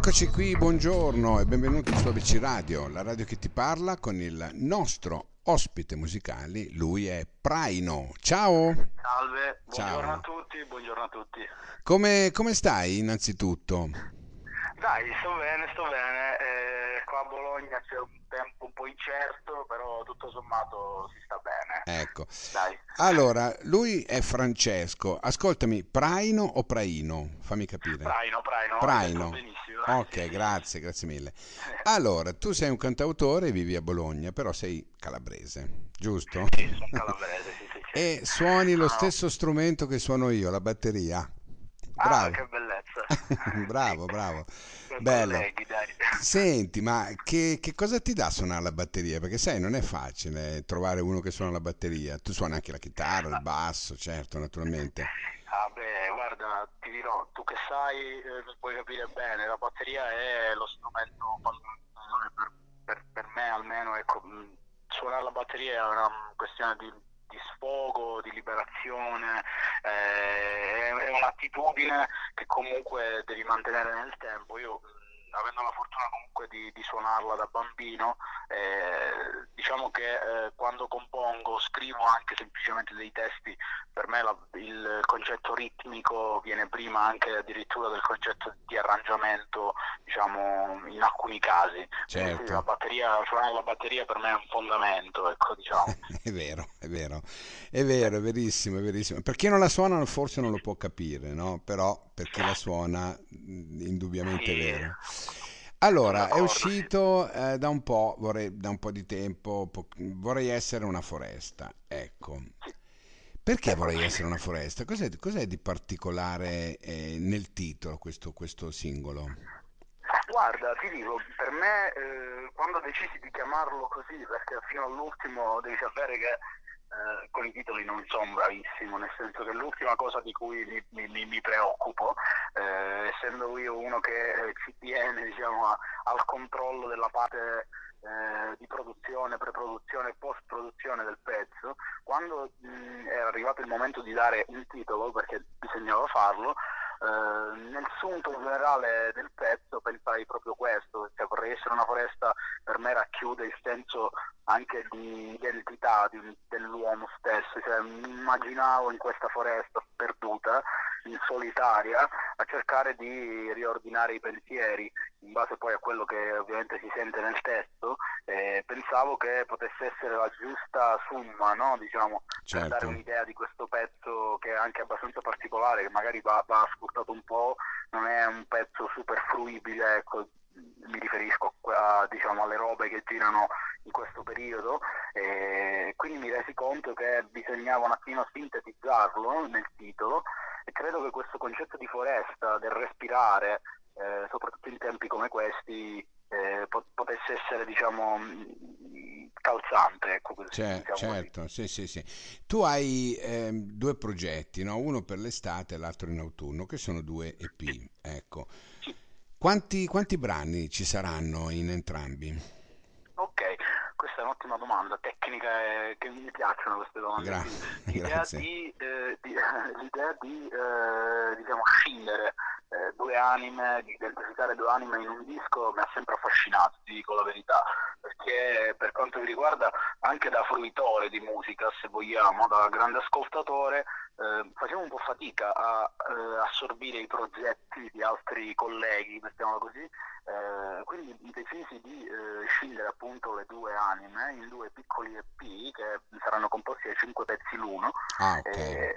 Eccoci qui, buongiorno e benvenuti su ABC Radio, la radio che ti parla con il nostro ospite musicale, lui è Praino. Ciao! Salve, buongiorno a Ciao! tutti, buongiorno a tutti. Come stai innanzitutto? Dai, sto bene, sto bene. Qua a Bologna c'è un tempo un po' incerto, però tutto sommato si sta bene. Ecco, Dai. allora, lui è Francesco. Ascoltami, Praino o Praino? Fammi capire. Praino, hai detto Praino. benissimo. Sì, Ok, sì, sì. grazie, grazie mille. Allora, tu sei un cantautore e vivi a Bologna, però sei calabrese, giusto? Sì, sono calabrese, sì, sì, E sì. suoni lo Sono... stesso strumento che suono io, la batteria. Ah, Bravo. che bellezza. Bravo, bravo. Con Bello. colleghi, dai. Senti, ma che cosa ti dà suonare la batteria? Perché sai, non è facile trovare uno che suona la batteria. Tu suoni anche la chitarra, il basso, certo, naturalmente. Ah beh, guarda, ti dirò, tu che sai, mi puoi capire bene, la batteria è lo strumento fondamentale per me almeno, ecco, suonare la batteria è una questione di sfogo, di liberazione, è un'attitudine che comunque devi mantenere nel tempo. Io, avendo la fortuna comunque di suonarla da bambino, diciamo che quando compongo, scrivo anche semplicemente dei testi, per me il concetto ritmico viene prima anche addirittura del concetto di arrangiamento, diciamo, in alcuni casi. Quindi sì, Certo. suonare la batteria per me è un fondamento, ecco, diciamo. È vero, è vero, è vero, è verissimo, è verissimo. Per chi non la suona forse non lo può capire, no? Però per chi la suona, indubbiamente è Sì, vero. sono Allora, è d'accordo, sì. uscito da un po', da un po' di tempo, vorrei essere una foresta, ecco. Sì, Perché vorrei eccoci. essere una foresta? Cos'è di particolare nel titolo questo singolo? Guarda, ti dico, per me quando decisi di chiamarlo così, perché fino all'ultimo devi sapere che con i titoli non sono bravissimo, nel senso che l'ultima cosa di cui mi preoccupo, essendo io uno che ci tiene, diciamo, al controllo della parte di produzione, preproduzione e post-produzione del pezzo, quando era arrivato il momento di dare un titolo, perché bisognava farlo, nel sunto generale del pezzo pensai proprio questo, cioè vorrei essere una foresta, per me racchiude il senso anche di identità dell'uomo stesso, cioè mi immaginavo in questa foresta sperduta, in solitaria, a cercare di riordinare i pensieri in base poi a quello che ovviamente si sente nel testo, pensavo che potesse essere la giusta summa, no? Diciamo, per dare Certo. un'idea di questo pezzo che è anche abbastanza particolare, che magari va ascoltato un po', non è un pezzo super fruibile, ecco, mi riferisco diciamo, alle robe che girano in questo periodo, e quindi mi resi conto che bisognava un attimo sintetizzarlo nel titolo e credo che questo concetto di foresta, del respirare, soprattutto in tempi come questi, potesse essere, diciamo, calzante, ecco, diciamo così. Certo, sì, sì, sì. Tu hai due progetti, no? Uno per l'estate e l'altro in autunno, che sono due Sì, EP, ecco. sì. Quanti brani ci saranno in entrambi? Ok, questa è un'ottima domanda, tecnica, che mi piacciono queste domande qui. L'idea Grazie. l'idea di diciamo, scindere due anime, di identificare due anime in un disco mi ha sempre affascinato, ti dico la verità, perché per quanto mi riguarda anche da fruitore di musica, se vogliamo, da grande ascoltatore, facevo un po' fatica a assorbire i progetti di altri colleghi, mettiamolo così, quindi decisi di scindere appunto le due anime in due piccoli EP che saranno composti da 5 pezzi l'uno, Ah, ok.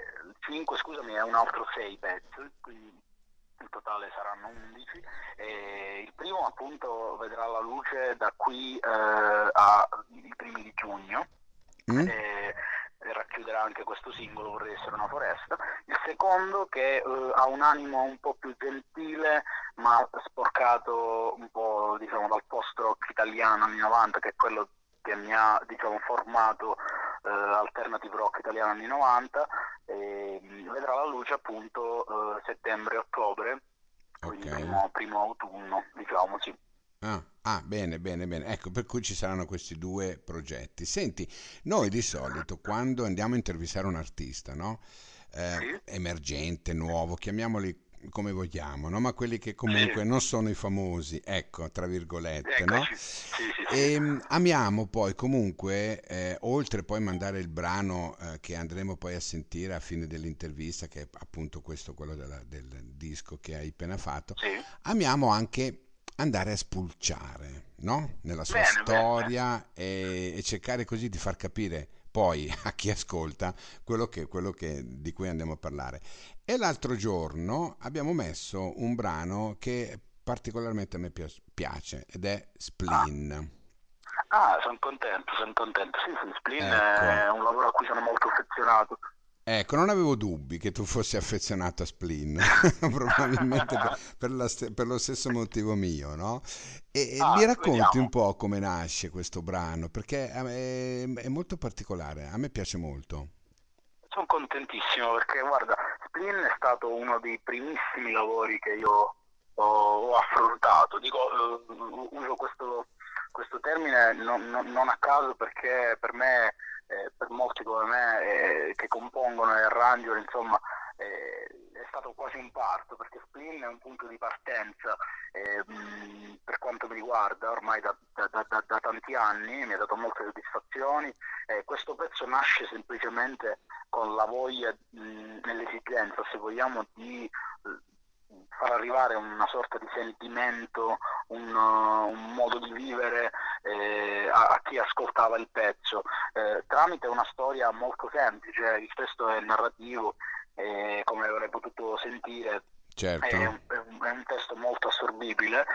5 scusami è un altro 6 pezzi, quindi in totale saranno 11. E il primo appunto vedrà la luce da qui ai primi di giugno, Mm? e racchiuderà anche questo singolo Vorrei essere una foresta. Il secondo che ha un animo un po' più gentile ma sporcato un po' diciamo dal post-rock italiano anni 90, che è quello che mi ha diciamo formato alternative rock italiano anni 90, e vedrà la luce appunto settembre-ottobre, Ok. quindi primo autunno, diciamo, sì. Bene, bene, bene. Ecco, per cui ci saranno questi due progetti. Senti, noi di solito quando andiamo a intervistare un artista, no? Sì? Emergente, nuovo, chiamiamoli come vogliamo, no? Ma quelli che Sì, comunque non sono i famosi, ecco, tra virgolette, no? eccoci. Sì, sì, sì. E amiamo poi comunque, oltre poi mandare il brano che andremo poi a sentire a fine dell'intervista, che è appunto questo, quello del disco che hai appena fatto, Sì. amiamo anche andare a spulciare, no? Nella sua Bene, bene. storia e cercare così di far capire poi a chi ascolta di cui andiamo a parlare. E l'altro giorno abbiamo messo un brano che particolarmente a me piace ed è Ah, Spleen. sono contento, sono contento. Sì, sì, Splin Ecco, è un lavoro a cui sono molto affezionato. ecco, non avevo dubbi che tu fossi affezionato a Spleen, probabilmente per lo stesso motivo mio, no? E mi racconti un Vediamo. po' come nasce questo brano, perché è molto particolare, a me piace molto. Sono contentissimo perché, guarda, Splin è stato uno dei primissimi lavori che io ho affrontato. Dico, uso questo termine non a caso perché per me, per molti come me, che compongono e arrangiano, insomma, è stato quasi un parto perché Splin è un punto di partenza per quanto mi riguarda ormai da tanti anni, mi ha dato molte soddisfazioni. Questo pezzo nasce semplicemente con la voglia e l'esigenza, se vogliamo, di far arrivare una sorta di sentimento, un modo di vivere a chi ascoltava il pezzo, tramite una storia molto semplice. Il testo è narrativo, come avrei potuto sentire. Certo, È un testo molto assorbibile.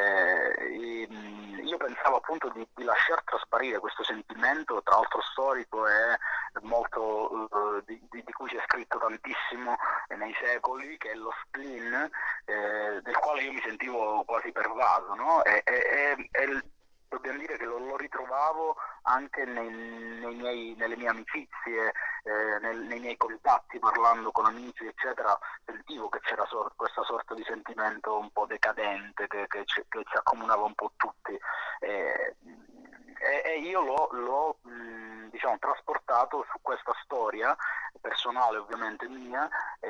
Io pensavo appunto di lasciar trasparire questo sentimento, tra l'altro storico e molto, di cui si è scritto tantissimo nei secoli, che è lo spleen, del quale io mi sentivo quasi pervaso, no? Dobbiamo dire che lo ritrovavo anche nelle mie amicizie, nei miei contatti, parlando con amici, eccetera. Sentivo che c'era questa sorta di sentimento un po' decadente che ci accomunava un po' tutti. Eh, e io diciamo, trasportato su questa storia personale, ovviamente mia,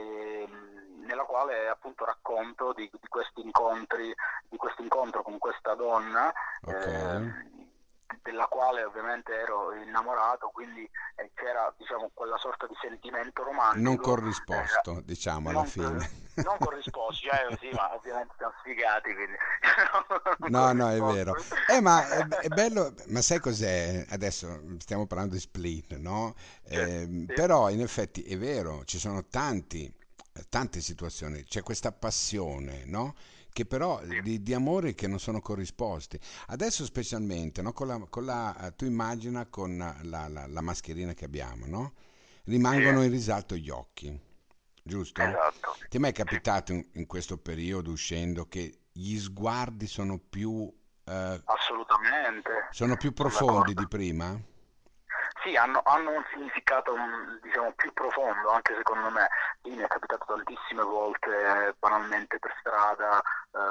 nella quale appunto racconto di questi incontri, di questo incontro con questa donna, ok. della quale ovviamente ero innamorato, quindi c'era, diciamo, quella sorta di sentimento Non romantico, corrisposto, diciamo, alla non, fine. non corrisposto, cioè sì, ma ovviamente siamo sfigati, quindi non No, no, è vero. corrisposto. Ma è bello, ma sai cos'è? Adesso stiamo parlando di Split, no? Cioè, sì, Però in effetti è vero, ci sono tante situazioni, c'è questa passione, no? Che però sì, di amori che non sono corrisposti. Adesso specialmente, no? Tu immagina con la mascherina che abbiamo, no? sì, Rimangono in risalto gli occhi, giusto? esatto, Ti è mai sì. capitato in questo periodo uscendo che gli sguardi eh, Assolutamente, sono più sono profondi di d'accordo. prima? Sì, hanno un significato, diciamo, più profondo, anche secondo me. Sì, mi è capitato tantissime volte, banalmente per strada,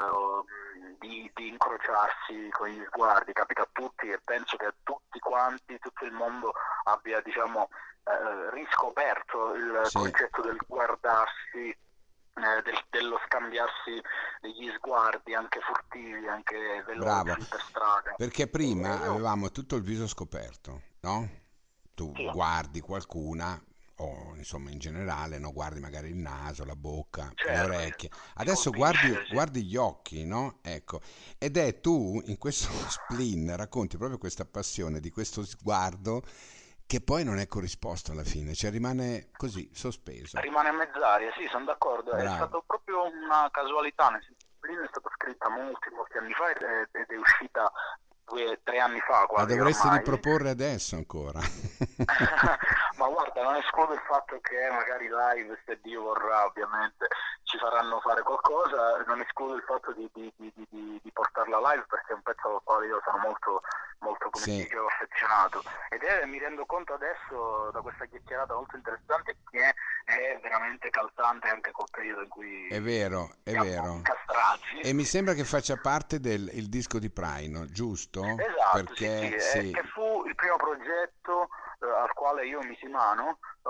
di incrociarsi con gli sguardi, capita a tutti e penso che tutti quanti, tutto il mondo abbia, diciamo, riscoperto il Sì, concetto del guardarsi, dello scambiarsi degli sguardi anche furtivi, anche bravo. veloci per strada. Perché E prima io, avevamo tutto il viso scoperto, no? Tu sì, guardi qualcuna, o insomma in generale, no? Guardi magari il naso, la bocca, le certo, orecchie. ti Adesso colpisce, sì. guardi gli occhi, no? Ecco. Ed è tu in questo spleen racconti proprio questa passione di questo sguardo che poi non è corrisposto alla fine, cioè rimane così, sospeso. Rimane a mezz'aria, sì, sono d'accordo. È Bravo. stato proprio una casualità, nel senso che Blin è stata scritta molti anni fa ed è uscita 2 o 3 anni fa La quasi dovresti ormai. riproporre adesso ancora. Ma guarda, non escludo il fatto che magari live, se Dio vorrà, ovviamente ci faranno fare qualcosa, non escludo il fatto di portarla live perché è un pezzo al quale io sono molto, molto, come ti Sì, dicevo, affezionato. Mi rendo conto adesso, da questa chiacchierata molto interessante, che è veramente calzante anche col periodo in è cui vero, è siamo vero. incastrati. E mi sembra che faccia parte del il disco di Praino, giusto? Esatto, sì, sì, Perché sì, che fu il primo progetto al quale io misi mano,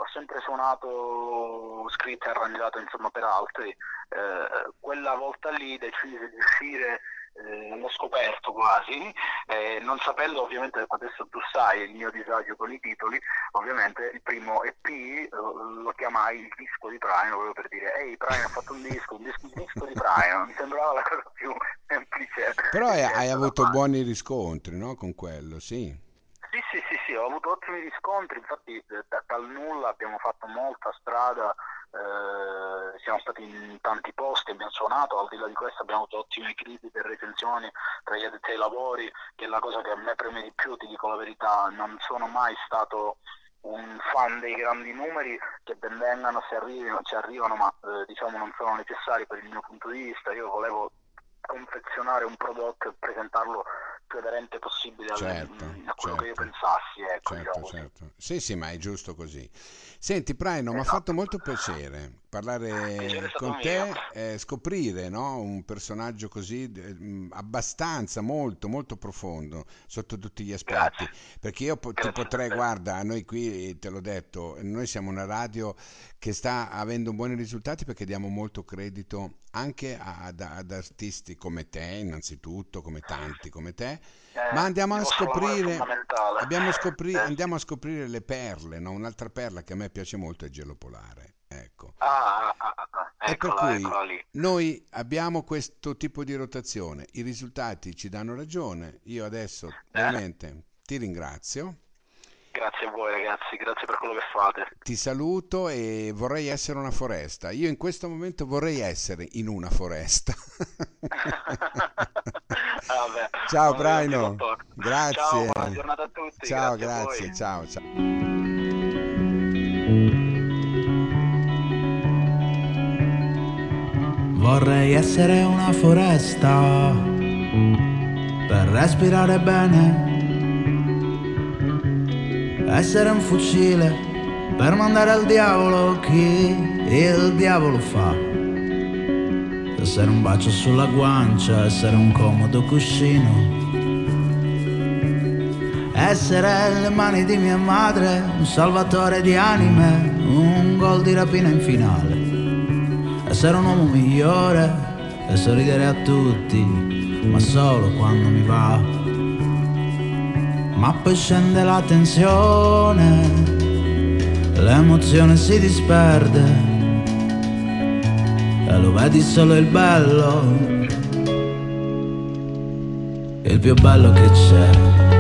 sempre suonato, scritto e arrangiato insomma per altri. Quella volta lì decise di uscire allo scoperto quasi, non sapendo ovviamente, adesso tu sai il mio disagio con i titoli, ovviamente il primo EP lo chiamai il disco di Praino, proprio per dire ehi, Praino ha fatto un disco di Praino, mi sembrava la cosa più semplice. Però hai avuto buoni riscontri, no? Con quello, sì. Sì, ho avuto ottimi riscontri, infatti dal nulla abbiamo fatto molta strada, siamo stati in tanti posti, abbiamo suonato, al di là di questo abbiamo avuto ottime critiche e recensioni tra gli addetti ai lavori, che è la cosa che a me preme di più, ti dico la verità, non sono mai stato un fan dei grandi numeri, che ben vengano se arrivano, ci arrivano, ma diciamo non sono necessari per il mio punto di vista. Io volevo confezionare un prodotto e presentarlo più aderente possibile a quello che io pensassi, ecco, diciamo così. Certo. Sì, ma è giusto così. Senti, Praino, mi ha fatto molto piacere parlare con te, scoprire, no, un personaggio così abbastanza, molto profondo sotto tutti gli aspetti. Perché io ti potrei, guarda, noi qui, te l'ho detto, noi siamo una radio che sta avendo buoni risultati perché diamo molto credito anche ad artisti come te, innanzitutto, come tanti come te, ma andiamo a scoprire, andiamo a scoprire le perle, no? Un'altra perla che a me piace molto è Gelo Polare, ecco. E per cui noi abbiamo questo tipo di rotazione, i risultati ci danno ragione, io adesso veramente ti ringrazio. Grazie a voi ragazzi, grazie per quello che fate. Ti saluto e vorrei essere una foresta. Io in questo momento vorrei essere in una foresta. Vabbè, ciao Praino, grazie. Ciao, buona giornata a tutti. Ciao, grazie, ciao. Vorrei essere una foresta per respirare bene, essere un fucile per mandare al diavolo chi il diavolo fa, essere un bacio sulla guancia, essere un comodo cuscino, essere le mani di mia madre, un salvatore di anime, un gol di rapina in finale, essere un uomo migliore e sorridere a tutti, ma solo quando mi va. Ma poi scende la tensione, l'emozione si disperde e lo vedi solo il bello, il più bello che c'è.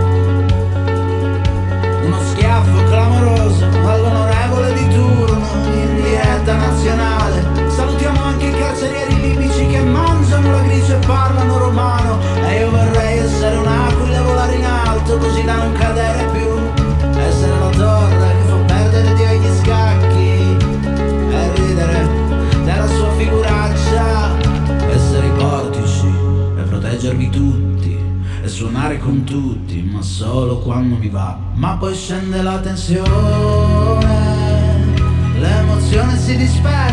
Uno schiaffo clamoroso all'onorevole di turno in diretta nazionale. Salutiamo anche i carcerieri libici che mangiano la gricia e parlano romano. E io vorrei essere un'aquila, volare in alto così da non cadere più, essere la torre che fa perdere Dio agli scacchi e ridere della sua figuraccia, essere i portici e proteggervi tutti e suonare con tutti, ma solo quando mi va. Ma poi scende la tensione, l'emozione si disperde